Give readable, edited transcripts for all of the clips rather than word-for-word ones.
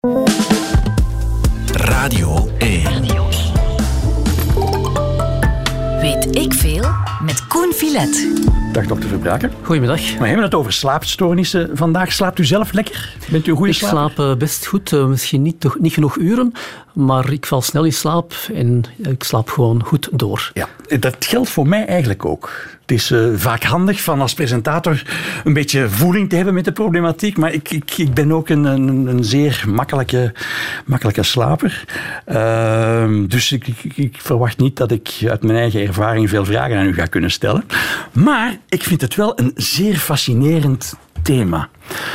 Radio 1. Weet ik veel met Koen Filet. Dag dokter Verbraken. Goedemiddag. We hebben het over slaapstoornissen vandaag. Slaapt u zelf lekker? Bent u een goede slaper? Ik slaap best goed. Misschien niet genoeg uren, maar ik val snel in slaap en ik slaap gewoon goed door. Ja, dat geldt voor mij eigenlijk ook. Het is vaak handig van als presentator een beetje voeling te hebben met de problematiek, maar ik ben ook een zeer makkelijke slaper. Dus ik verwacht niet dat ik uit mijn eigen ervaring veel vragen aan u ga kunnen stellen. Maar ik vind het wel een zeer fascinerend thema.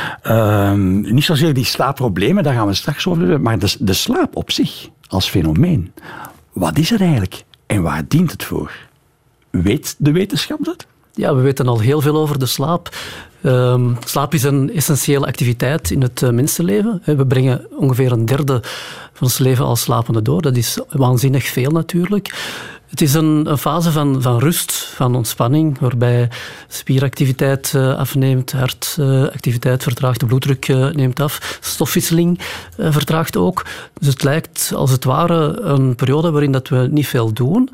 Niet zozeer die slaapproblemen, daar gaan we straks over hebben, maar de slaap op zich als fenomeen. Wat is het eigenlijk en waar dient het voor? Weet de wetenschap dat? Ja, we weten al heel veel over de slaap. Slaap is een essentiële activiteit in het mensenleven. We brengen ongeveer een derde van ons leven als slapende door. Dat is waanzinnig veel natuurlijk. Het is een fase van rust, van ontspanning, waarbij spieractiviteit afneemt, hartactiviteit vertraagt, de bloeddruk neemt af, stofwisseling vertraagt ook. Dus het lijkt als het ware een periode waarin dat we niet veel doen,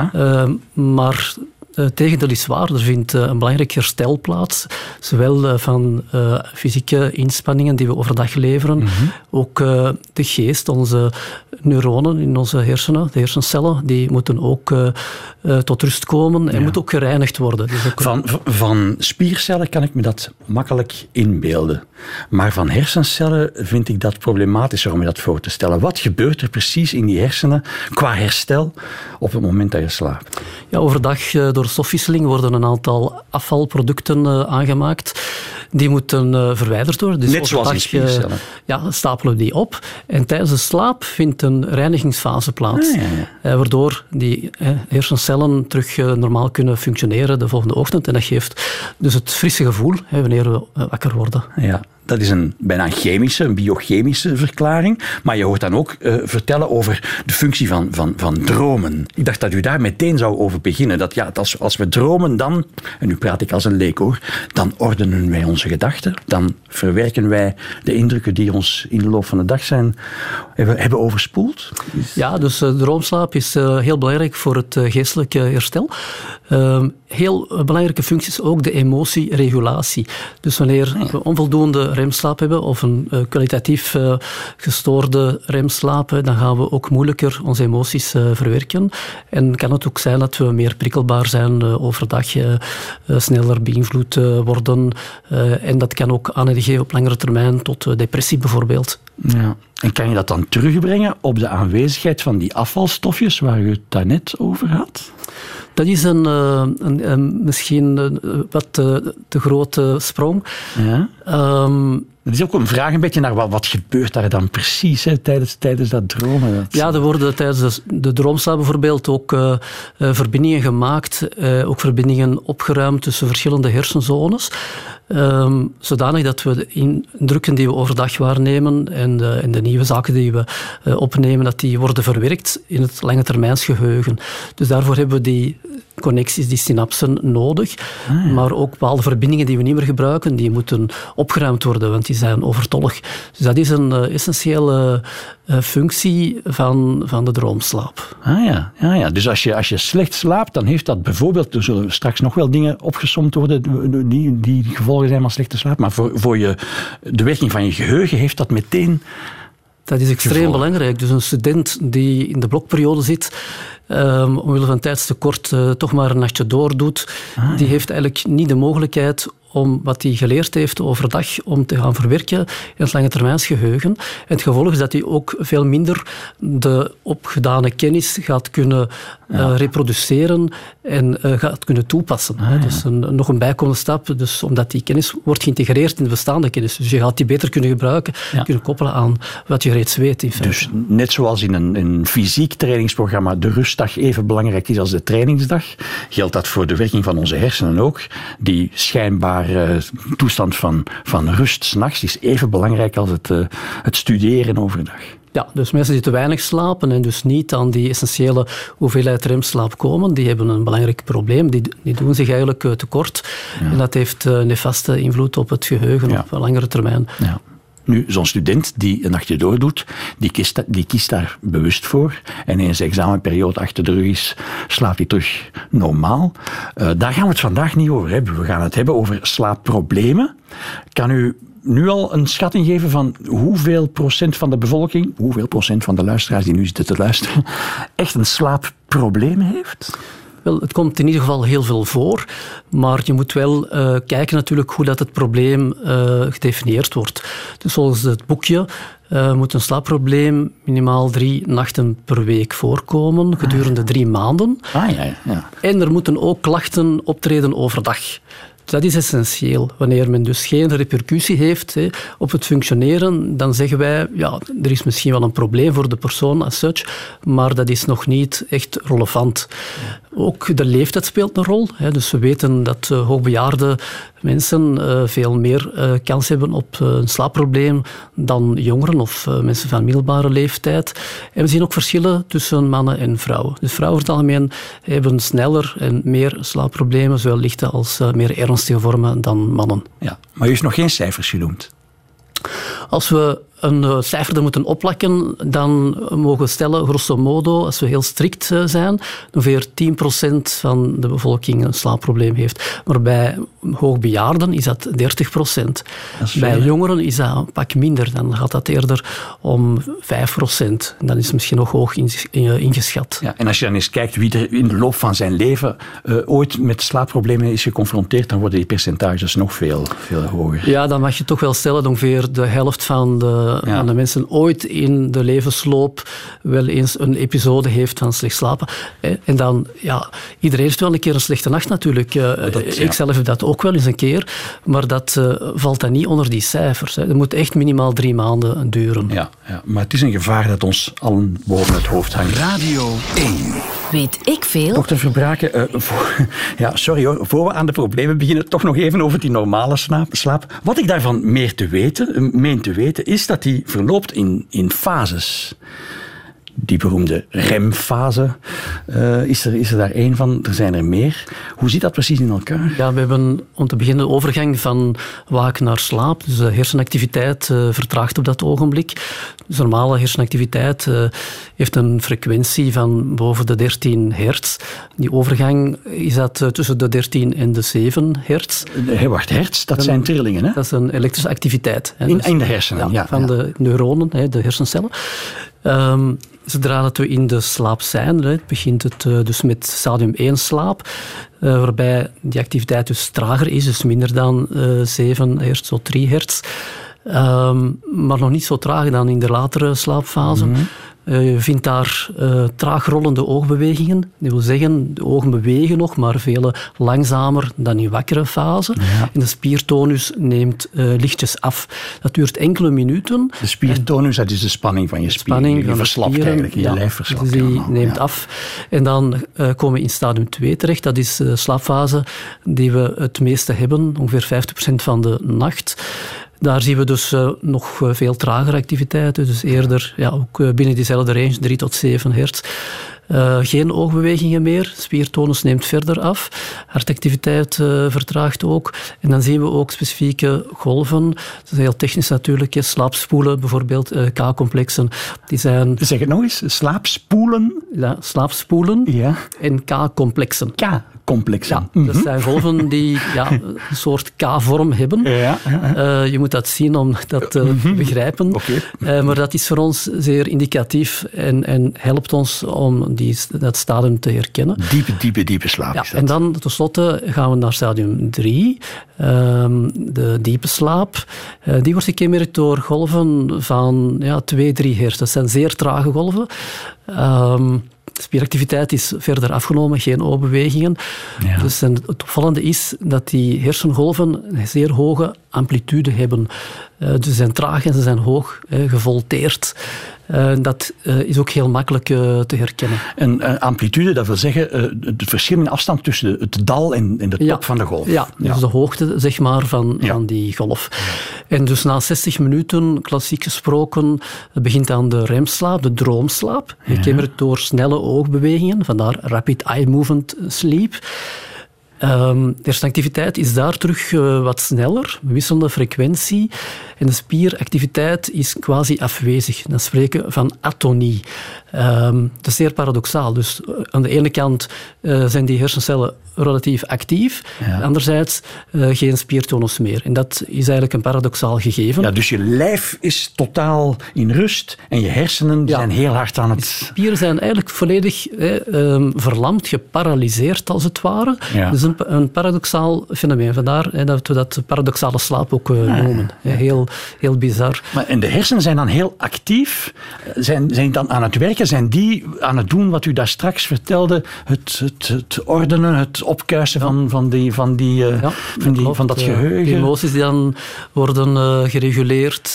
maar het tegendeel is waar. Er vindt een belangrijk herstel plaats, zowel van fysieke inspanningen die we overdag leveren, ook de geest, onze neuronen in onze hersenen, de hersencellen, die moeten ook tot rust komen en moeten ook gereinigd worden. Dus ook van spiercellen kan ik me dat makkelijk inbeelden. Maar van hersencellen vind ik dat problematischer om me dat voor te stellen. Wat gebeurt er precies in die hersenen qua herstel op het moment dat je slaapt? Ja, overdag door stofwisseling worden een aantal afvalproducten aangemaakt. Die moeten verwijderd worden. Dus net zoals in spiercellen. Stapelen we die op. En tijdens de slaap vindt een reinigingsfase plaats. Waardoor die hersencellen terug normaal kunnen functioneren de volgende ochtend. En dat geeft dus het frisse gevoel wanneer we wakker worden. Ja. Dat is een bijna een biochemische verklaring. Maar je hoort dan ook vertellen over de functie van dromen. Ik dacht dat u daar meteen zou over beginnen. Dat als we dromen dan, en nu praat ik als een leek hoor, dan ordenen wij onze gedachten. Dan verwerken wij de indrukken die ons in de loop van de dag hebben overspoeld. Ja, dus droomslaap is heel belangrijk voor het geestelijke herstel. Heel belangrijke functie is ook de emotieregulatie. Dus wanneer we onvoldoende remslaap hebben of een kwalitatief gestoorde remslaap, dan gaan we ook moeilijker onze emoties verwerken. En kan het ook zijn dat we meer prikkelbaar zijn overdag, sneller beïnvloed worden. En dat kan ook aanleiding geven op langere termijn tot depressie bijvoorbeeld. Ja. En kan je dat dan terugbrengen op de aanwezigheid van die afvalstofjes waar u het daarnet over had? Dat is misschien wat te grote sprong. Ja. Het is ook een vraag een beetje naar wat gebeurt daar dan precies tijdens dat dromen. Ja, er worden tijdens de droomslaap bijvoorbeeld ook verbindingen gemaakt, ook verbindingen opgeruimd tussen verschillende hersenzones. Zodanig dat we de indrukken die we overdag waarnemen en de nieuwe zaken die we opnemen, dat die worden verwerkt in het langetermijnsgeheugen. Dus daarvoor hebben we die connecties, die synapsen nodig. Maar ook bepaalde verbindingen die we niet meer gebruiken, die moeten opgeruimd worden, want die zijn overtollig. Dus dat is een essentiële functie van de droomslaap. Ja. Dus als je slecht slaapt, dan heeft dat bijvoorbeeld, er zullen straks nog wel dingen opgesomd worden die gevolgen zijn van slechte slaap, maar voor de werking van je geheugen heeft dat meteen... Dat is extreem belangrijk. Dus een student die in de blokperiode zit, omwille van tijdstekort toch maar een nachtje doordoet, die heeft eigenlijk niet de mogelijkheid om wat hij geleerd heeft overdag om te gaan verwerken in het langetermijnsgeheugen. En het gevolg is dat hij ook veel minder de opgedane kennis gaat kunnen reproduceren en gaat kunnen toepassen. Dus nog een bijkomende stap, dus omdat die kennis wordt geïntegreerd in de bestaande kennis. Dus je gaat die beter kunnen gebruiken, kunnen koppelen aan wat je reeds weet. In feite. Dus net zoals in een fysiek trainingsprogramma de rustdag even belangrijk is als de trainingsdag, geldt dat voor de werking van onze hersenen ook. Die schijnbare toestand van rust 's nachts is even belangrijk als het studeren overdag. Ja, dus mensen die te weinig slapen en dus niet aan die essentiële hoeveelheid remslaap komen, die hebben een belangrijk probleem. Die doen zich eigenlijk tekort. En dat heeft nefaste invloed op het geheugen op langere termijn. Ja. Nu, zo'n student die een nachtje doordoet, die kiest daar bewust voor. En eens de examenperiode achter de rug is, slaapt hij terug normaal. Daar gaan we het vandaag niet over hebben. We gaan het hebben over slaapproblemen. Kan u nu al een schatting geven van hoeveel procent van de bevolking, hoeveel procent van de luisteraars die nu zitten te luisteren, echt een slaapprobleem heeft? Wel, het komt in ieder geval heel veel voor, maar je moet wel kijken natuurlijk hoe dat het probleem gedefinieerd wordt. Dus volgens het boekje moet een slaapprobleem minimaal 3 nachten per week voorkomen, gedurende 3 maanden. Ja. En er moeten ook klachten optreden overdag. Dat is essentieel. Wanneer men dus geen repercussie heeft op het functioneren, dan zeggen wij, ja, er is misschien wel een probleem voor de persoon as such, maar dat is nog niet echt relevant. Ook de leeftijd speelt een rol. Dus we weten dat hoogbejaarde mensen veel meer kans hebben op een slaapprobleem dan jongeren of mensen van middelbare leeftijd. En we zien ook verschillen tussen mannen en vrouwen. Dus vrouwen over het algemeen hebben sneller en meer slaapproblemen, zowel lichte als meer ernstige vormen dan mannen. Ja, maar u heeft nog geen cijfers genoemd. Als we een cijfer er moeten opplakken, dan mogen we stellen, grosso modo, als we heel strikt zijn, ongeveer 10% van de bevolking een slaapprobleem heeft. Maar bij hoogbejaarden is dat 30%. Bij jongeren is dat een pak minder. Dan gaat dat eerder om 5%. Dan is het misschien nog hoog ingeschat. Ja, en als je dan eens kijkt wie er in de loop van zijn leven ooit met slaapproblemen is geconfronteerd, dan worden die percentages nog veel hoger. Ja, dan mag je toch wel stellen dat ongeveer de helft van de mensen ooit in de levensloop wel eens een episode heeft van slecht slapen. En dan, ja, iedereen heeft wel een keer een slechte nacht natuurlijk. Ik zelf heb dat ook wel eens een keer, maar dat valt dan niet onder die cijfers. Het moet echt minimaal 3 maanden duren. Ja, maar het is een gevaar dat ons allen boven het hoofd hangt. Radio 1. Weet ik veel? Dokter Verbraken, sorry hoor, voor we aan de problemen beginnen, toch nog even over die normale slaap. Wat ik daarvan meen te weten, is dat die verloopt in fases. Die beroemde REM-fase, is er daar één van? Er zijn er meer. Hoe zit dat precies in elkaar? Ja, we hebben om te beginnen de overgang van waak naar slaap. Dus de hersenactiviteit vertraagt op dat ogenblik. Dus normale hersenactiviteit heeft een frequentie van boven de 13 hertz. Die overgang is dat tussen de 13 en de 7 hertz. Wacht, hertz, dat zijn trillingen, hè? Dat is een elektrische activiteit. In de hersenen, van de neuronen, de hersencellen. Zodra dat we in de slaap zijn, begint het dus met stadium 1 slaap, waarbij die activiteit dus trager is, dus minder dan 7 hertz tot 3 hertz. Maar nog niet zo traag dan in de latere slaapfase. Je vindt daar traag rollende oogbewegingen. Dat wil zeggen, de ogen bewegen nog, maar veel langzamer dan in wakkere fase. Ja. En de spiertonus neemt lichtjes af. Dat duurt enkele minuten. De spiertonus, dat is de spanning van je spieren. Je verslapt eigenlijk, je lijf verslapt. Dus die neemt af. En dan komen we in stadium 2 terecht. Dat is de slaapfase die we het meeste hebben, ongeveer 50% van de nacht. Daar zien we dus nog veel tragere activiteiten, dus eerder ook binnen diezelfde range, 3 tot 7 hertz. Geen oogbewegingen meer, spiertonus neemt verder af, hartactiviteit vertraagt ook. En dan zien we ook specifieke golven, dat is heel technisch natuurlijk, slaapspoelen bijvoorbeeld, K-complexen. Die zijn... Zeg het nog eens, slaapspoelen? Ja, slaapspoelen en K-complexen. K-complexen. Ja, dat zijn golven die een soort K-vorm hebben. Je moet dat zien om dat te begrijpen. Okay. Maar dat is voor ons zeer indicatief en helpt ons om dat stadium te herkennen. Diepe slaap. Ja, en dan tenslotte gaan we naar stadium 3. De diepe slaap. Die wordt gekenmerkt door golven van 2-3 hertz. Dat zijn zeer trage golven. Spieractiviteit is verder afgenomen, geen oogbewegingen. Ja. Dus het opvallende is dat die hersengolven een zeer hoge amplitude hebben. Dus ze zijn traag en ze zijn hoog gevolteerd. Dat is ook heel makkelijk te herkennen. En amplitude, dat wil zeggen het verschil in afstand tussen het dal en de top van de golf. Ja, dus de hoogte zeg maar, van die golf. Ja. En dus na 60 minuten, klassiek gesproken, begint dan de remslaap, de droomslaap. Gekenmerkt door snelle oogbewegingen, vandaar rapid eye movement sleep. De hersenactiviteit is daar terug wat sneller, wisselende frequentie. En de spieractiviteit is quasi afwezig. Dan spreken we van atonie. Dat is zeer paradoxaal. Dus aan de ene kant zijn die hersencellen relatief actief. Ja. Anderzijds geen spiertonus meer. En dat is eigenlijk een paradoxaal gegeven. Ja, dus je lijf is totaal in rust en je hersenen zijn heel hard aan het... De spieren zijn eigenlijk volledig verlamd, geparalyseerd als het ware. Ja. Dus een paradoxaal fenomeen. Vandaar dat we dat paradoxale slaap ook noemen. Heel, heel bizar. En de hersenen zijn dan heel actief? Zijn dan aan het werken? Zijn die aan het doen wat u daar straks vertelde? Het ordenen, het opkuisen van dat geheugen? De emoties die dan worden gereguleerd.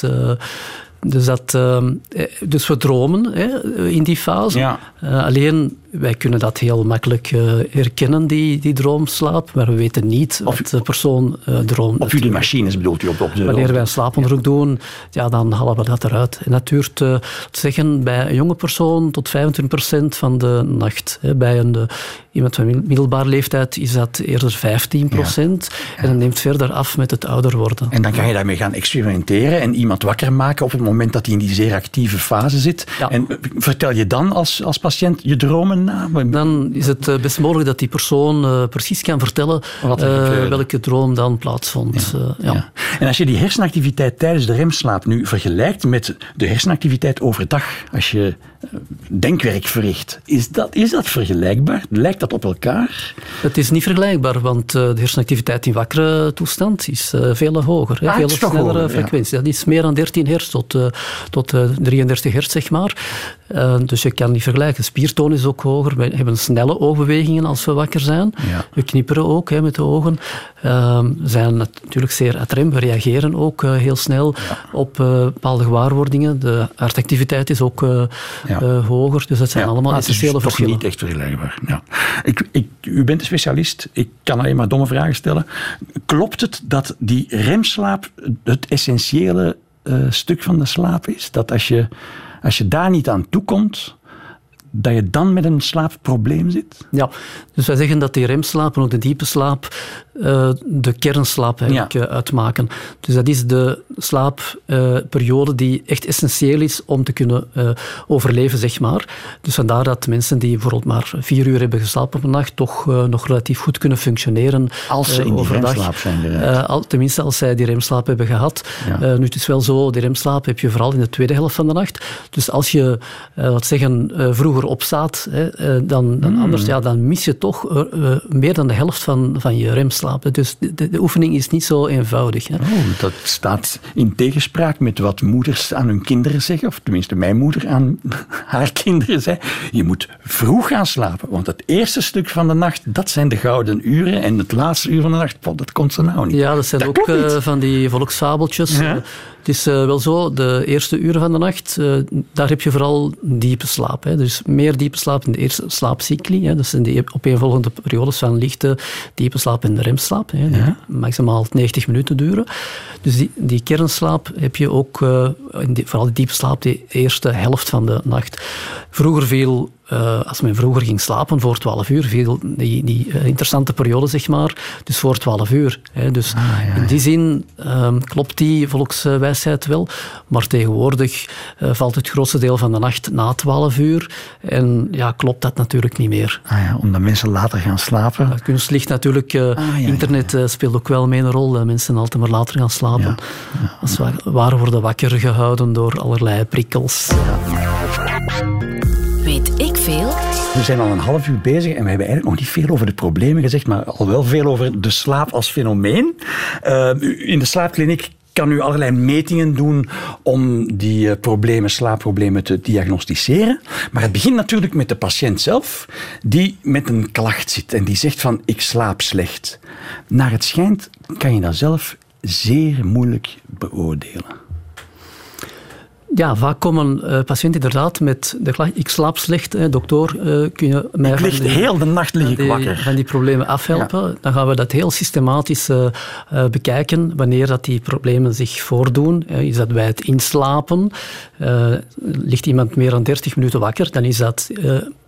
Dus we dromen in die fase. Ja. Alleen, wij kunnen dat heel makkelijk herkennen, die droomslaap, maar we weten niet wat de persoon droomt. Op jullie machines bedoelt u? Wanneer wij een slaaponderzoek doen, dan halen we dat eruit. En dat duurt, zeggen, bij een jonge persoon tot 25% van de nacht. Bij iemand van middelbare leeftijd is dat eerder 15%. Ja. En dat neemt verder af met het ouder worden. En dan kan je daarmee gaan experimenteren en iemand wakker maken op het moment dat hij in die zeer actieve fase zit. Ja. En vertel je dan als patiënt je dromen na? Dan is het best mogelijk dat die persoon precies kan vertellen welke droom dan plaatsvond. Ja. En als je die hersenactiviteit tijdens de remslaap nu vergelijkt met de hersenactiviteit overdag, als je denkwerk verricht, is dat vergelijkbaar? Lijkt dat op elkaar? Het is niet vergelijkbaar, want de hersenactiviteit in wakkere toestand is veel hoger. Veel snellere frequentie. Dat is meer dan 13 hertz tot 33 hertz, zeg maar. Dus je kan niet vergelijken. Spiertoon is ook hoger. We hebben snelle oogbewegingen als we wakker zijn. Ja. We knipperen ook met de ogen. Zijn natuurlijk zeer adrem. We reageren ook heel snel op bepaalde gewaarwordingen. De hartactiviteit is ook hoger. Dus dat zijn allemaal essentiële verschillen. Het is toch niet echt vergelijkbaar. Ja. U bent een specialist. Ik kan alleen maar domme vragen stellen. Klopt het dat die remslaap het essentiële stuk van de slaap is? Dat als je daar niet aan toekomt, dat je dan met een slaapprobleem zit? Ja, dus wij zeggen dat die remslaap en ook de diepe slaap de kernslaap eigenlijk uitmaken. Dus dat is de slaapperiode die echt essentieel is om te kunnen overleven, zeg maar. Dus vandaar dat mensen die bijvoorbeeld maar 4 uur hebben geslapen op een nacht toch nog relatief goed kunnen functioneren als ze in die remslaap zijn. Tenminste, als zij die remslaap hebben gehad. Nu, het is wel zo, die remslaap heb je vooral in de tweede helft van de nacht. Dus als je, vroeger opstaat, dan mis je toch meer dan de helft van je remslaap. Dus de oefening is niet zo eenvoudig. Hè. Dat staat in tegenspraak met wat moeders aan hun kinderen zeggen, of tenminste mijn moeder aan haar kinderen zei. Je moet vroeg gaan slapen, want het eerste stuk van de nacht, dat zijn de gouden uren en het laatste uur van de nacht, dat komt ze nou niet. Ja, dat zijn ook van die volksfabeltjes. Ja. Het is wel zo, de eerste uren van de nacht, daar heb je vooral diepe slaap. Hè. Dus meer diepe slaap in de eerste slaapcycli. Hè. Dat zijn die opeenvolgende periodes van lichte diepe slaap en de remslaap. Hè, die maximaal 90 minuten duren. Dus die kernslaap heb je ook, vooral die diepe slaap, de eerste helft van de nacht. Vroeger viel, als men vroeger ging slapen voor 12 uur, viel die interessante periode, zeg maar, dus voor 12 uur. Hè. Dus in die zin klopt die volkswijsheid wel, maar tegenwoordig valt het grootste deel van de nacht na 12 uur en klopt dat natuurlijk niet meer. Omdat mensen later gaan slapen. Kunstlicht natuurlijk, internet speelt ook wel mee een rol, dat mensen altijd maar later gaan slapen. Als waar worden wakker gehouden door allerlei prikkels. Weet ik veel? We zijn al een half uur bezig en we hebben eigenlijk nog niet veel over de problemen gezegd, maar al wel veel over de slaap als fenomeen. In de slaapkliniek kan u allerlei metingen doen om die slaapproblemen te diagnosticeren. Maar het begint natuurlijk met de patiënt zelf, die met een klacht zit en die zegt van, ik slaap slecht. Naar het schijnt kan je dat zelf zeer moeilijk beoordelen. Ja, vaak komen patiënten inderdaad met de klacht, ik slaap slecht, dokter, kun je mij heel de nacht wakker. Van die problemen afhelpen? Ja. Dan gaan we dat heel systematisch bekijken, wanneer dat die problemen zich voordoen. Is dat bij het inslapen? Ligt iemand meer dan 30 minuten wakker, dan is dat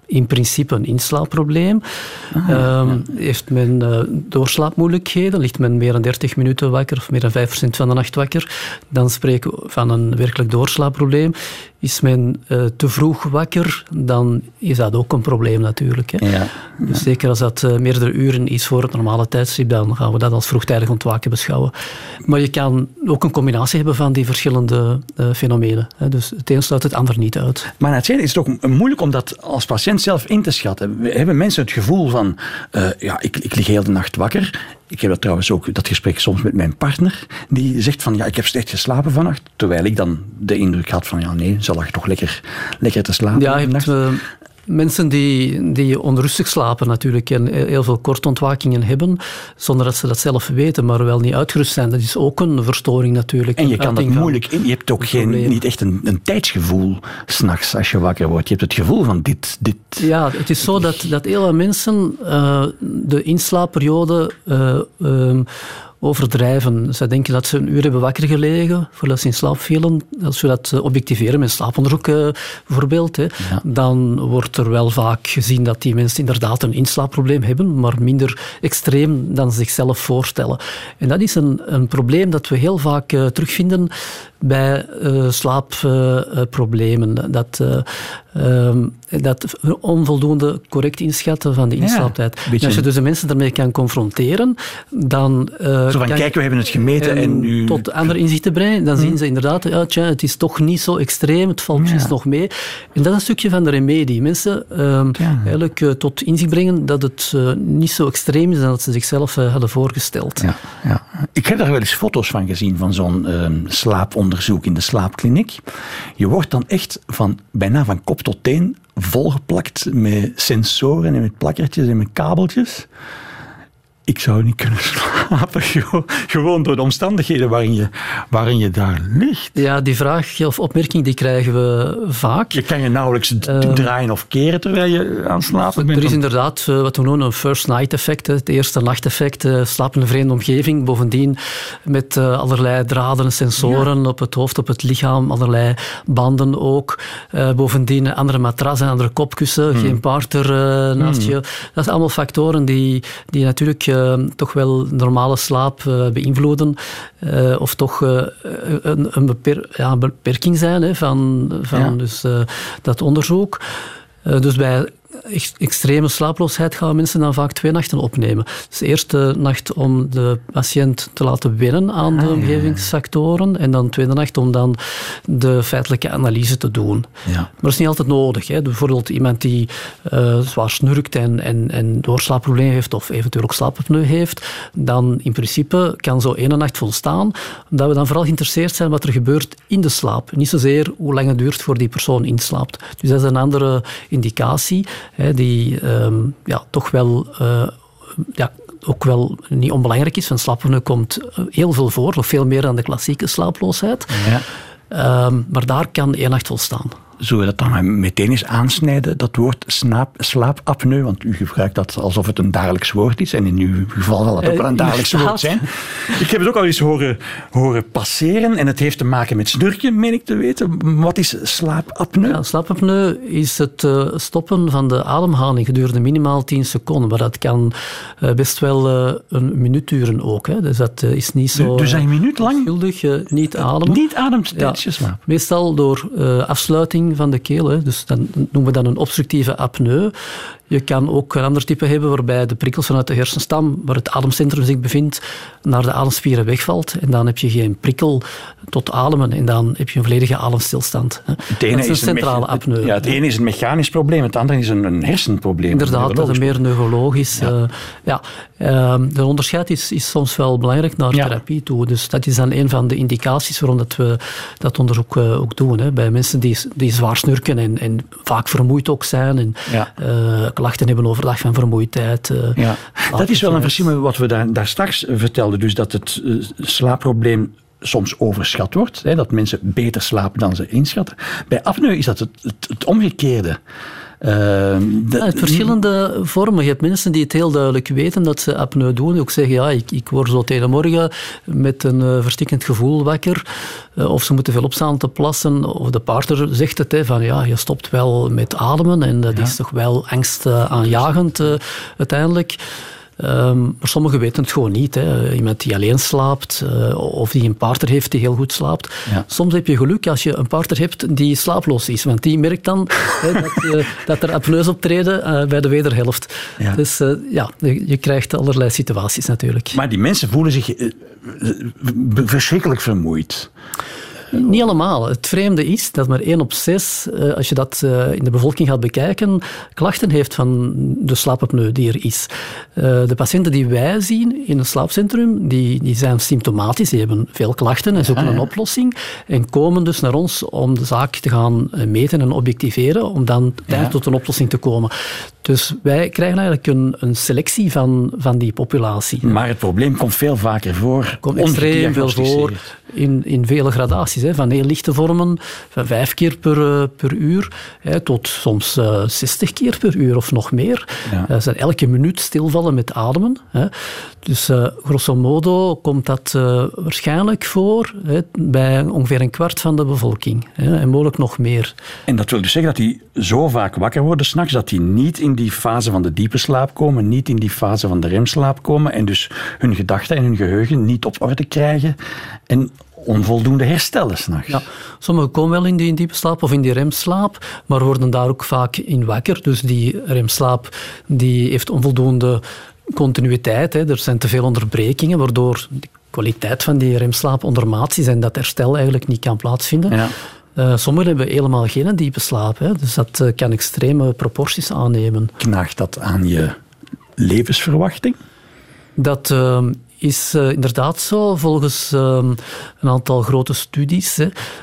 in principe een inslaapprobleem. Heeft men doorslaapmoeilijkheden, ligt men meer dan 30 minuten wakker of meer dan 5% van de nacht wakker, dan spreken we van een werkelijk doorslaapprobleem. Is men te vroeg wakker, dan is dat ook een probleem natuurlijk. Hè. Ja. Dus zeker als dat meerdere uren is voor het normale tijdstip, dan gaan we dat als vroegtijdig ontwaken beschouwen. Maar je kan ook een combinatie hebben van die verschillende fenomenen. Hè. Dus het een sluit het ander niet uit. Maar het is het ook moeilijk om dat als patiënt zelf in te schatten. Hebben mensen het gevoel van, ik lig heel de nacht wakker. Ik heb dat trouwens ook, dat gesprek soms met mijn partner, die zegt van, ik heb slecht geslapen vannacht, terwijl ik dan de indruk had van, ze lag toch lekker te slapen. Ja, je hebt mensen die onrustig slapen natuurlijk en heel veel kortontwakingen hebben, zonder dat ze dat zelf weten, maar wel niet uitgerust zijn. Dat is ook een verstoring natuurlijk. En je kan dat moeilijk, je hebt ook niet echt een tijdsgevoel 's nachts als je wakker wordt. Je hebt het gevoel van dit. Ja, het is zo dat heel veel mensen de inslaapperiode overdrijven. Zij denken dat ze een uur hebben wakker gelegen voordat ze in slaap vielen. Als we dat objectiveren met slaaponderzoek bijvoorbeeld, dan wordt er wel vaak gezien dat die mensen inderdaad een inslaapprobleem hebben, maar minder extreem dan ze zichzelf voorstellen. En dat is een probleem dat we heel vaak terugvinden bij slaapproblemen. Dat onvoldoende correct inschatten van de inslaaptijd. Ja, als je dus de mensen daarmee kan confronteren, dan zo van, kijk, we hebben het gemeten en nu tot andere inzichten brengen, dan zien ze inderdaad, het is toch niet zo extreem, het valt precies nog mee. En dat is een stukje van de remedie. Mensen eigenlijk tot inzicht brengen dat het niet zo extreem is dan dat ze zichzelf hadden voorgesteld. Ja, ja. Ik heb daar wel eens foto's van gezien, van zo'n slaaponderzoek in de slaapkliniek. Je wordt dan echt bijna van kop tot teen volgeplakt met sensoren en met plakkertjes en met kabeltjes. Ik zou niet kunnen slapen, gewoon door de omstandigheden waarin je daar ligt. Ja, die vraag of opmerking die krijgen we vaak. Je kan je nauwelijks draaien of keren terwijl je aan het slapen bent. Er is inderdaad wat we noemen een first night effect, het eerste nachteffect, slapen in een vreemde omgeving, bovendien met allerlei draden en sensoren op het hoofd, op het lichaam, allerlei banden ook. Bovendien een andere matras, een andere kopkussen, geen partner naast je. Dat zijn allemaal factoren die natuurlijk toch wel normale slaap beïnvloeden of toch een beperking zijn van dus, dat onderzoek. Dus bij extreme slaaploosheid gaan mensen dan vaak 2 nachten opnemen. Dus de eerste nacht om de patiënt te laten wennen aan de omgevingsfactoren en dan de tweede nacht om dan de feitelijke analyse te doen. Ja. Maar dat is niet altijd nodig. Hè. Bijvoorbeeld iemand die zwaar snurkt en doorslaapproblemen heeft of eventueel ook slaapapneu heeft, dan in principe kan zo 1 nacht volstaan, omdat we dan vooral geïnteresseerd zijn wat er gebeurt in de slaap. Niet zozeer hoe lang het duurt voor die persoon inslaapt. Dus dat is een andere indicatie die toch wel ook wel niet onbelangrijk is. Van slaapapneu komt heel veel voor, nog veel meer dan de klassieke slaaploosheid. Ja. Maar daar kan 1 nacht volstaan. Zullen we dat dan meteen eens aansnijden, dat woord slaapapneu? Want u gebruikt dat alsof het een dagelijks woord is. En in uw geval zal het ook wel een dagelijks woord zijn. Ik heb het ook al eens horen passeren. En het heeft te maken met snurken, meen ik te weten. Wat is slaapapneu? Ja, slaapapneu is het stoppen van de ademhaling gedurende minimaal 10 seconden. Maar dat kan best wel een minuut duren ook. Hè. Dus dat is niet zo... Dus een minuut lang? Schuldig, niet ademen. Niet ademt tijdens je slaap? Meestal door afsluiting van de keel. Hè. Dus dan noemen we dat een obstructieve apneu. Je kan ook een ander type hebben waarbij de prikkels vanuit de hersenstam, waar het ademcentrum zich bevindt, naar de ademspieren wegvalt. En dan heb je geen prikkel tot ademen en dan heb je een volledige ademstilstand. Het ene is een centrale apneu. Ja, het ene is een mechanisch probleem, het andere is een hersenprobleem. Inderdaad, dat is meer neurologisch. De onderscheid is soms wel belangrijk naar therapie toe. Dus dat is dan een van de indicaties waarom dat we dat onderzoek ook doen. Hè. Bij mensen die zwaar snurken en vaak vermoeid ook zijn en klachten hebben overdag van vermoeidheid. Dat is wel een verschil met wat we daar straks vertelden. Dus dat het slaapprobleem soms overschat wordt. Hè, dat mensen beter slapen dan ze inschatten. Bij apneu is dat het omgekeerde. Het verschillende vormen. Je hebt mensen die het heel duidelijk weten dat ze apneu doen. Ook zeggen, ja, ik word zo tegen de morgen met een verstikkend gevoel wakker. Of ze moeten veel opstaan te plassen. Of de partner zegt het, van ja, je stopt wel met ademen. En dat is toch wel angstaanjagend uiteindelijk. Maar sommigen weten het gewoon niet. Hè. Iemand die alleen slaapt, of die een partner heeft die heel goed slaapt. Ja. Soms heb je geluk als je een partner hebt die slaaploos is. Want die merkt dan dat er apneus optreden bij de wederhelft. Ja. Dus je krijgt allerlei situaties natuurlijk. Maar die mensen voelen zich verschrikkelijk vermoeid. Niet allemaal. Het vreemde is dat maar 1 op 6, als je dat in de bevolking gaat bekijken, klachten heeft van de slaapapneu die er is. De patiënten die wij zien in het slaapcentrum, die zijn symptomatisch, die hebben veel klachten en zoeken een oplossing en komen dus naar ons om de zaak te gaan meten en objectiveren, om dan uiteindelijk tot een oplossing te komen. Dus wij krijgen eigenlijk een selectie van die populatie. Maar het probleem komt veel vaker voor. Komt extreem veel voor in vele gradaties. Van heel lichte vormen, van 5 keer per uur, tot soms 60 keer per uur of nog meer. Ja. Zijn elke minuut stilvallen met ademen. Dus grosso modo komt dat waarschijnlijk voor bij ongeveer 1/4 van de bevolking. En mogelijk nog meer. En dat wil dus zeggen dat die zo vaak wakker worden 's nachts, dat die niet in die fase van de diepe slaap komen, niet in die fase van de remslaap komen en dus hun gedachten en hun geheugen niet op orde krijgen en onvoldoende herstellen 's nachts. Ja, sommigen komen wel in die diepe slaap of in die remslaap, maar worden daar ook vaak in wakker. Dus die remslaap die heeft onvoldoende continuïteit. Er zijn te veel onderbrekingen, waardoor de kwaliteit van die remslaap ondermaats is en dat herstel eigenlijk niet kan plaatsvinden. Ja. Sommigen hebben helemaal geen diepe slaap. Dus dat kan extreme proporties aannemen. Knaagt dat aan je levensverwachting? Dat is inderdaad zo. Volgens een aantal grote studies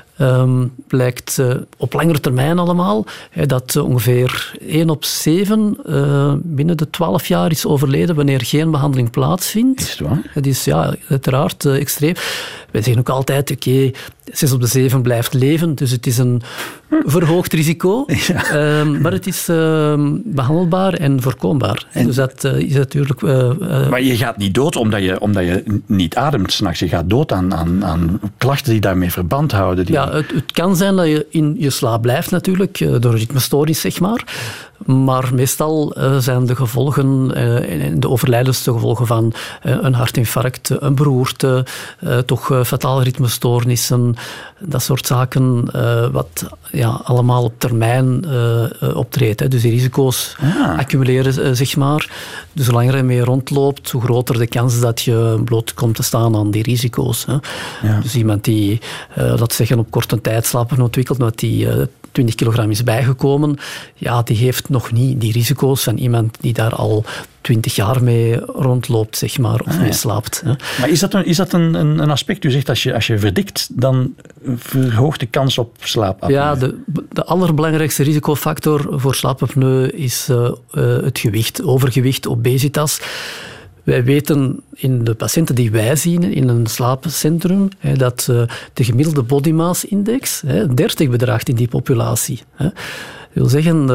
blijkt op langere termijn allemaal dat ongeveer 1 op 7 binnen de 12 jaar is overleden wanneer geen behandeling plaatsvindt. Is het waar? Het is uiteraard extreem. Wij zeggen ook altijd, oké, 6 op de 7 blijft leven, dus het is een verhoogd risico, maar het is behandelbaar en voorkombaar. Dus dat is natuurlijk... maar je gaat niet dood omdat je niet ademt 's nachts. Je gaat dood aan klachten die daarmee verband houden. Ja, het kan zijn dat je in je slaap blijft natuurlijk, door een ritmestoornis, zeg maar. Maar meestal zijn de gevolgen, de overlijdens de gevolgen van een hartinfarct, een beroerte, toch fatale ritmestoornissen, dat soort zaken, wat allemaal op termijn optreedt. Dus die risico's accumuleren, zeg maar. Dus hoe langer je mee rondloopt, hoe groter de kans dat je bloot komt te staan aan die risico's. Ja. Dus iemand die, laten zeggen, op korte tijd slapen ontwikkelt, omdat die 20 kilogram is bijgekomen, die heeft nog niet die risico's van iemand die daar al 20 jaar mee rondloopt, zeg maar, of mee slaapt. Maar is dat een aspect? U zegt, als je verdikt, dan verhoogt de kans op slaapapneu. Ja, de allerbelangrijkste risicofactor voor slaapapneu is het gewicht, overgewicht, obesitas. Wij weten in de patiënten die wij zien in een slaapcentrum dat de gemiddelde body mass index 30 bedraagt in die populatie. Dat wil zeggen,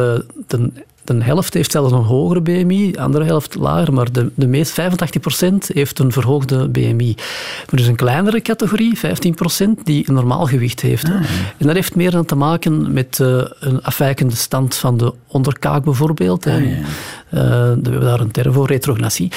de helft heeft zelfs een hogere BMI, de andere helft lager, maar de meest 85% heeft een verhoogde BMI. Maar er is een kleinere categorie, 15%, die een normaal gewicht heeft. En dat heeft meer dan te maken met een afwijkende stand van de onderkaak bijvoorbeeld. We hebben daar een term voor, retrognatie.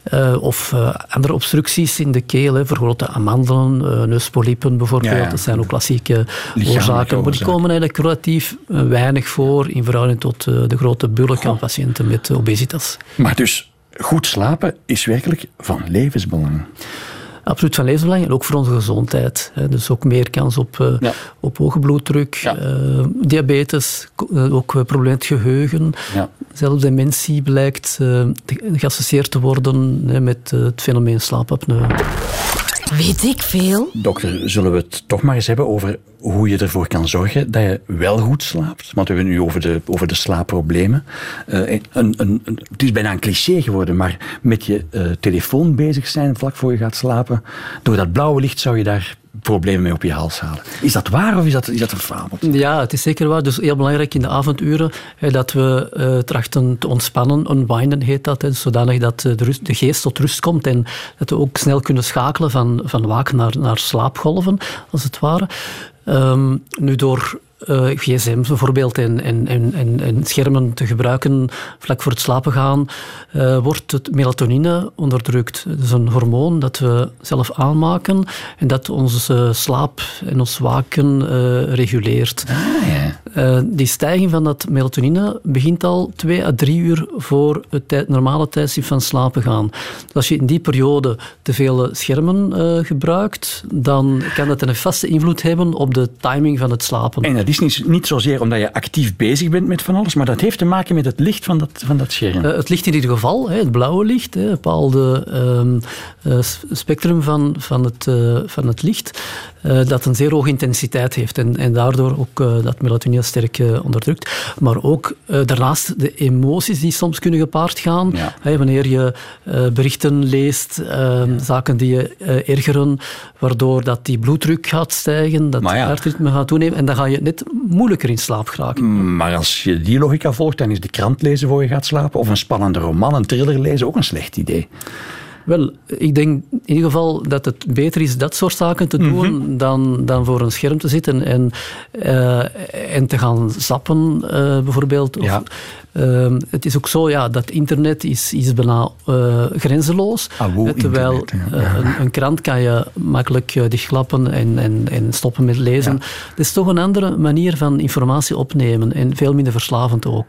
Of andere obstructies in de keel, vergrote amandelen, neuspolypen bijvoorbeeld. Dat zijn ook klassieke oorzaken. Maar die komen eigenlijk relatief weinig voor in verhouding tot de grote bulk aan patiënten met obesitas. Maar dus goed slapen is werkelijk van levensbelang. Absoluut van levensbelang en ook voor onze gezondheid. Dus ook meer kans op hoge bloeddruk, diabetes, ook problemen met geheugen. Ja. Zelfs dementie blijkt geassocieerd te worden met het fenomeen slaapapneu. Weet ik veel? Dokter, zullen we het toch maar eens hebben over hoe je ervoor kan zorgen dat je wel goed slaapt? Want we hebben nu over de slaapproblemen. Het is bijna een cliché geworden, maar met je telefoon bezig zijn vlak voor je gaat slapen, door dat blauwe licht zou je daar problemen mee op je hals halen. Is dat waar of is dat een fabeltje? Ja, het is zeker waar. Dus heel belangrijk in de avonduren dat we trachten te ontspannen. Unwinden heet dat. Zodanig dat de geest tot rust komt en dat we ook snel kunnen schakelen van waak naar slaapgolven, als het ware. Nu door gsm's bijvoorbeeld en schermen te gebruiken vlak voor het slapen gaan, wordt het melatonine onderdrukt. Dat is een hormoon dat we zelf aanmaken en dat onze slaap en ons waken reguleert. Die stijging van dat melatonine begint al 2 à 3 uur voor het normale tijdstip van slapen gaan. Dus als je in die periode te veel schermen gebruikt, dan kan dat een vaste invloed hebben op de timing van het slapen. En dat is niet zozeer omdat je actief bezig bent met van alles, maar dat heeft te maken met het licht van dat scherm. Het licht in ieder geval, het blauwe licht, een bepaalde spectrum van het licht, dat een zeer hoge intensiteit heeft en daardoor ook dat melatonine sterk onderdrukt. Maar ook daarnaast de emoties die soms kunnen gepaard gaan. Ja. Wanneer je berichten leest, zaken die je ergeren, waardoor dat die bloeddruk gaat stijgen, dat het hartritme gaat toenemen en dan ga je net moeilijker in slaap geraken. Maar als je die logica volgt, dan is de krant lezen voor je gaat slapen of een spannende roman, een thriller lezen ook een slecht idee. Wel, ik denk in ieder geval dat het beter is dat soort zaken te doen dan voor een scherm te zitten en te gaan zappen, bijvoorbeeld. Ja. Het is ook zo dat internet is bijna grenzeloos. Terwijl internet, een krant kan je makkelijk dichtklappen en stoppen met lezen. Ja. Het is toch een andere manier van informatie opnemen en veel minder verslavend ook.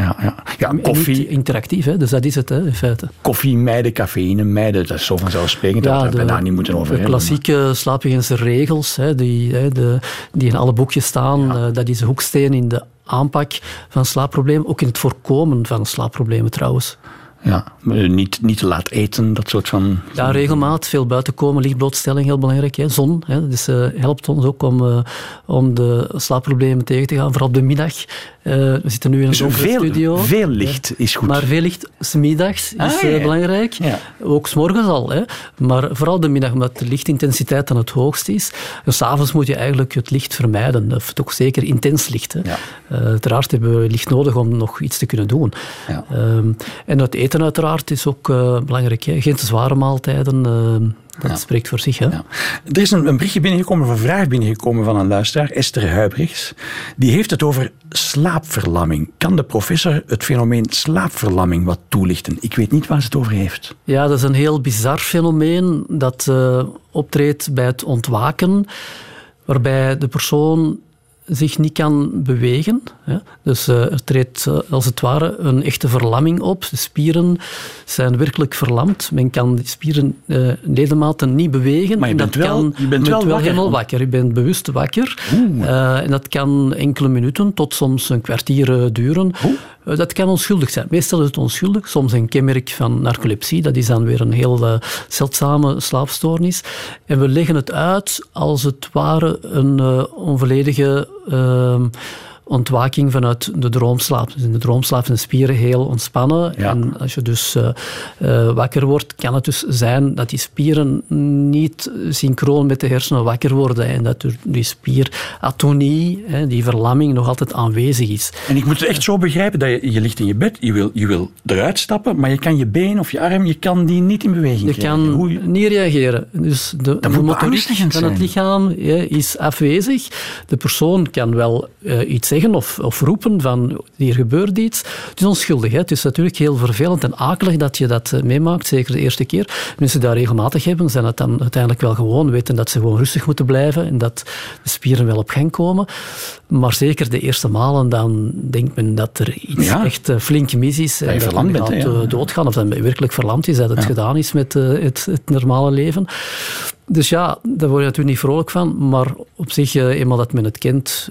Koffie. Niet interactief, dus dat is het in feite. Koffie mijden, cafeïne mijden, dat is zo vanzelfsprekend dat we daar niet moeten over hebben. De klassieke slaaphygiënische regels die in alle boekjes staan, dat is de hoeksteen in de aanpak van slaapproblemen, ook in het voorkomen van slaapproblemen trouwens. Ja, niet te laat eten, dat soort van... Ja, regelmaat, veel buiten komen, lichtblootstelling, heel belangrijk. Zon, dus helpt ons ook om de slaapproblemen tegen te gaan, vooral op de middag. We zitten nu in een studio. Veel licht is goed. Maar veel licht 's middags is belangrijk. Ja. Ook 's morgens al. Maar vooral de middag, omdat de lichtintensiteit dan het hoogst is. Dus 's avonds moet je eigenlijk het licht vermijden. Of toch zeker intens licht. Ja. Uiteraard hebben we licht nodig om nog iets te kunnen doen. Ja. En het eten uiteraard is ook belangrijk. Geen te zware maaltijden. Dat spreekt voor zich. Hè? Ja. Er is een berichtje binnengekomen, of een vraag binnengekomen van een luisteraar, Esther Huybrechts. Die heeft het over slaapverlamming. Kan de professor het fenomeen slaapverlamming wat toelichten? Ik weet niet waar ze het over heeft. Ja, dat is een heel bizar fenomeen dat optreedt bij het ontwaken, waarbij de persoon zich niet kan bewegen. Dus er treedt als het ware een echte verlamming op. De spieren zijn werkelijk verlamd. Men kan die spieren ledematen niet bewegen. Maar je bent wel helemaal wakker. Je bent bewust wakker. En dat kan enkele minuten tot soms een kwartier duren. Dat kan onschuldig zijn. Meestal is het onschuldig. Soms een kenmerk van narcolepsie. Dat is dan weer een heel zeldzame slaapstoornis. En we leggen het uit als het ware een onvolledige ontwaking vanuit de droomslaap. Dus in de droomslaap zijn de spieren heel ontspannen. Ja. En als je dus wakker wordt, kan het dus zijn dat die spieren niet synchroon met de hersenen wakker worden. En dat die spieratonie, die verlamming, nog altijd aanwezig is. En ik moet het echt zo begrijpen dat je ligt in je bed, je wil eruit stappen, maar je kan je been of je arm, je kan die niet in beweging krijgen. Je kan niet reageren. Dus de motoriek van het lichaam is afwezig. De persoon kan wel iets zeggen of roepen van hier gebeurt iets. Het is onschuldig. Het is natuurlijk heel vervelend en akelig dat je dat meemaakt, zeker de eerste keer. Mensen die dat regelmatig hebben, zijn het dan uiteindelijk wel gewoon, weten dat ze gewoon rustig moeten blijven en dat de spieren wel op gang komen. Maar zeker de eerste malen, dan denkt men dat er iets echt flink mis is. Dat je verlamd bent. gaat doodgaan, of dat men werkelijk verlamd is, dat het gedaan is met het normale leven. Dus ja, daar word je natuurlijk niet vrolijk van, maar op zich, eenmaal dat men het kent,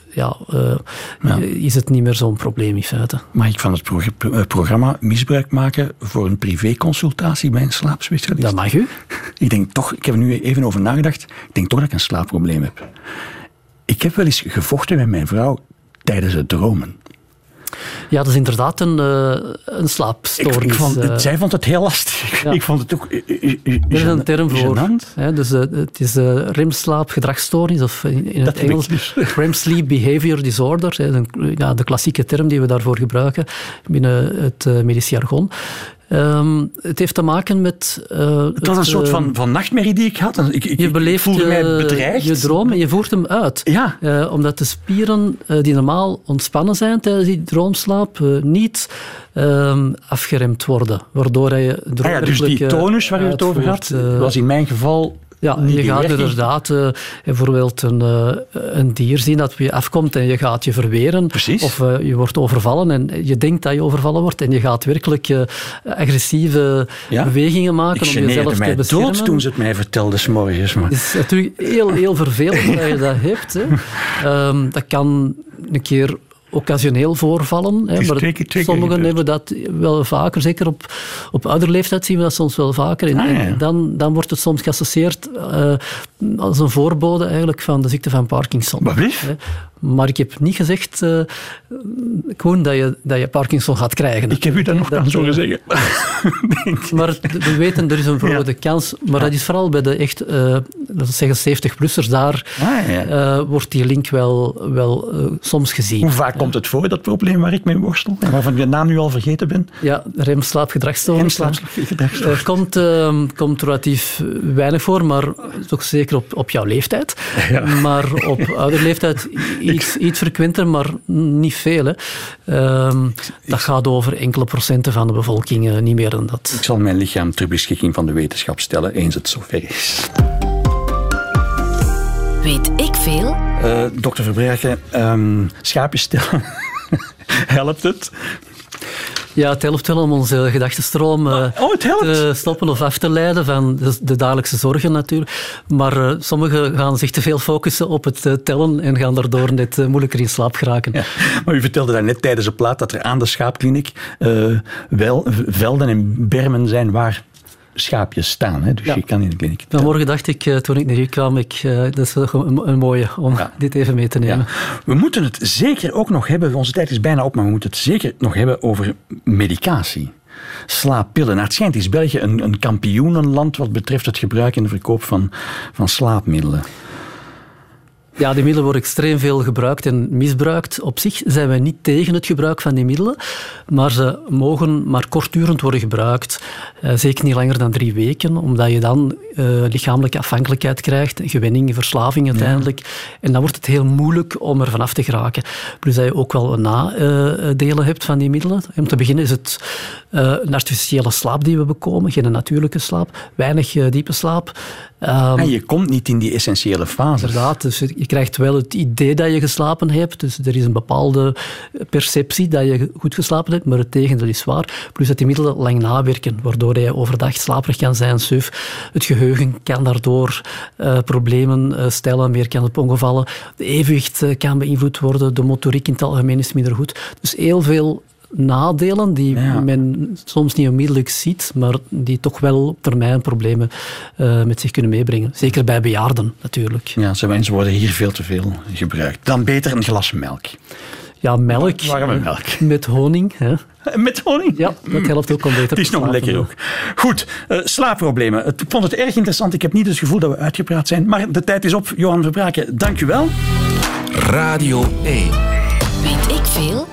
is het niet meer zo'n probleem in feite. Mag ik van het programma misbruik maken voor een privéconsultatie bij een slaapspecialist? Dat mag u. Ik denk toch, ik heb er nu even over nagedacht, ik denk toch dat ik een slaapprobleem heb. Ik heb wel eens gevochten met mijn vrouw tijdens het dromen. Ja, dat is inderdaad een slaapstoornis. Zij vond het heel lastig. Ja. Ik vond het ook er is een term voor. Hè, dus het is remslaapgedragsstoornis, of in het Engels REM Sleep Behavior Disorder. Hè, de klassieke term die we daarvoor gebruiken binnen het medisch jargon. Het heeft te maken met... het was een soort van nachtmerrie die ik had. Ik voelde mij bedreigd. Je droom en je voert hem uit. Ja. Omdat de spieren die normaal ontspannen zijn tijdens die droomslaap niet afgeremd worden. Waardoor je dus die tonus waar je het over had, was in mijn geval... Ja, je gaat inderdaad bijvoorbeeld een dier zien dat op je afkomt en je gaat je verweren. Precies. Of je wordt overvallen en je denkt dat je overvallen wordt en je gaat werkelijk agressieve bewegingen maken om jezelf te beschermen. Ik geneerde mij dood toen ze het mij vertelde 's morgens. Het is natuurlijk heel vervelend dat je dat hebt. Hè. Dat kan een keer occasioneel voorvallen. Hè, maar sommigen hebben dat wel vaker, zeker op oudere leeftijd zien we dat soms wel vaker. En dan wordt het soms geassocieerd als een voorbode eigenlijk van de ziekte van Parkinson. Maar ik heb niet gezegd, Koen, dat je Parkinson gaat krijgen. Ik heb u dat nog aan zo gezegd. Maar we weten, er is een verhoogde kans. Maar dat is vooral bij de echt, dat zeggen 70-plussers, daar wordt die link wel soms gezien. Hoe vaak komt het voor, dat probleem waar ik mee worstel? En waarvan ik de naam nu al vergeten ben? Ja, remslaapgedragsstoornis. Komt relatief weinig voor, maar toch zeker op jouw leeftijd. Ja. Maar op oudere leeftijd iets frequenter, maar niet veel. Hè. Dat gaat over enkele procenten van de bevolking, niet meer dan dat. Ik zal mijn lichaam ter beschikking van de wetenschap stellen, eens het zover is. Weet ik veel? Dokter Verbraeke, schaapjes stellen, helpt het? Ja, het helpt wel om onze gedachtenstroom te stoppen of af te leiden van de dagelijkse zorgen natuurlijk. Maar sommigen gaan zich te veel focussen op het tellen en gaan daardoor net moeilijker in slaap geraken. Ja, maar u vertelde daarnet tijdens de plaat dat er aan de schaapkliniek velden en bermen zijn waar schaapjes staan. Hè? Dus je kan in de kliniek. Vanmorgen dacht ik, toen ik naar hier kwam, dat is een mooie om dit even mee te nemen. Ja. We moeten het zeker ook nog hebben, onze tijd is bijna op, maar we moeten het zeker nog hebben over medicatie. Slaappillen. Nou, het schijnt is België een kampioenenland wat betreft het gebruik en de verkoop van slaapmiddelen. Ja, die middelen worden extreem veel gebruikt en misbruikt. Op zich zijn wij niet tegen het gebruik van die middelen, maar ze mogen maar kortdurend worden gebruikt. Zeker niet langer dan 3 weken, omdat je dan lichamelijke afhankelijkheid krijgt, gewenning, verslaving uiteindelijk. Ja. En dan wordt het heel moeilijk om er vanaf te geraken. Plus dat je ook wel nadelen hebt van die middelen. Om te beginnen is het een artificiële slaap die we bekomen, geen natuurlijke slaap, weinig diepe slaap. En je komt niet in die essentiële fase. Inderdaad, dus je krijgt wel het idee dat je geslapen hebt. Dus er is een bepaalde perceptie dat je goed geslapen hebt, maar het tegendeel is waar. Plus dat die middelen lang nawerken, waardoor je overdag slaperig kan zijn, suf. Het geheugen kan daardoor problemen stellen, meer kan op ongevallen. De evenwicht kan beïnvloed worden, de motoriek in het algemeen is minder goed. Dus heel veel nadelen die men soms niet onmiddellijk ziet, maar die toch wel op termijn problemen met zich kunnen meebrengen. Zeker bij bejaarden natuurlijk. Ja, ze worden hier veel te veel gebruikt. Dan beter een glas melk. Ja, melk. Warme melk. Met honing. Hè. Met honing? Ja, dat helpt ook om beter te slapen. Het is nog lekker ook. Goed, slaapproblemen. Ik vond het erg interessant. Ik heb niet het gevoel dat we uitgepraat zijn, maar de tijd is op. Johan Verbraeke, dank u wel. Radio 1. Weet ik veel?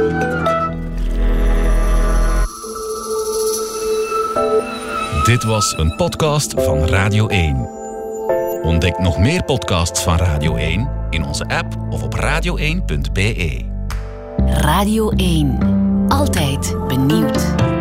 Dit was een podcast van Radio 1. Ontdek nog meer podcasts van Radio 1 in onze app of op radio1.be. Radio 1. Altijd benieuwd.